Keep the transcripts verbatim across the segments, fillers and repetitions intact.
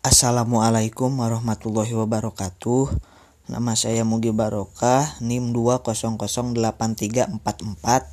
Assalamualaikum warahmatullahi wabarakatuh. Nama saya Mugi Barokah, N I M dua nol nol delapan tiga empat empat.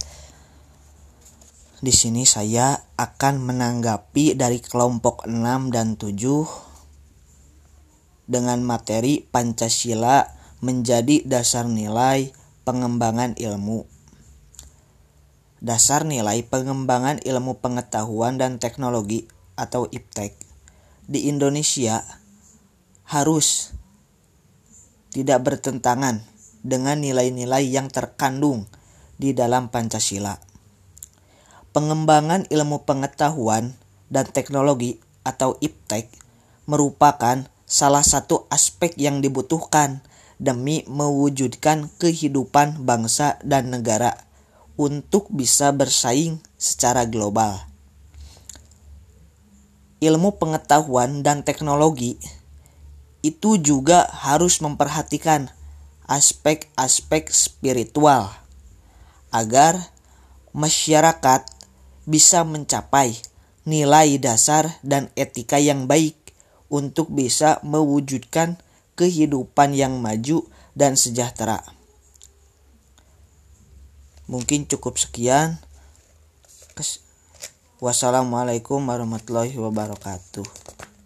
Di sini saya akan menanggapi dari kelompok enam dan tujuh dengan materi Pancasila menjadi dasar nilai pengembangan ilmu. Dasar nilai pengembangan ilmu pengetahuan dan teknologi atau I P T E K di Indonesia harus tidak bertentangan dengan nilai-nilai yang terkandung di dalam Pancasila. Pengembangan ilmu pengetahuan dan teknologi atau I P T E K merupakan salah satu aspek yang dibutuhkan demi mewujudkan kehidupan bangsa dan negara untuk bisa bersaing secara global. Ilmu pengetahuan dan teknologi itu juga harus memperhatikan aspek-aspek spiritual agar masyarakat bisa mencapai nilai dasar dan etika yang baik untuk bisa mewujudkan kehidupan yang maju dan sejahtera. Mungkin cukup sekian. Wassalamualaikum warahmatullahi wabarakatuh.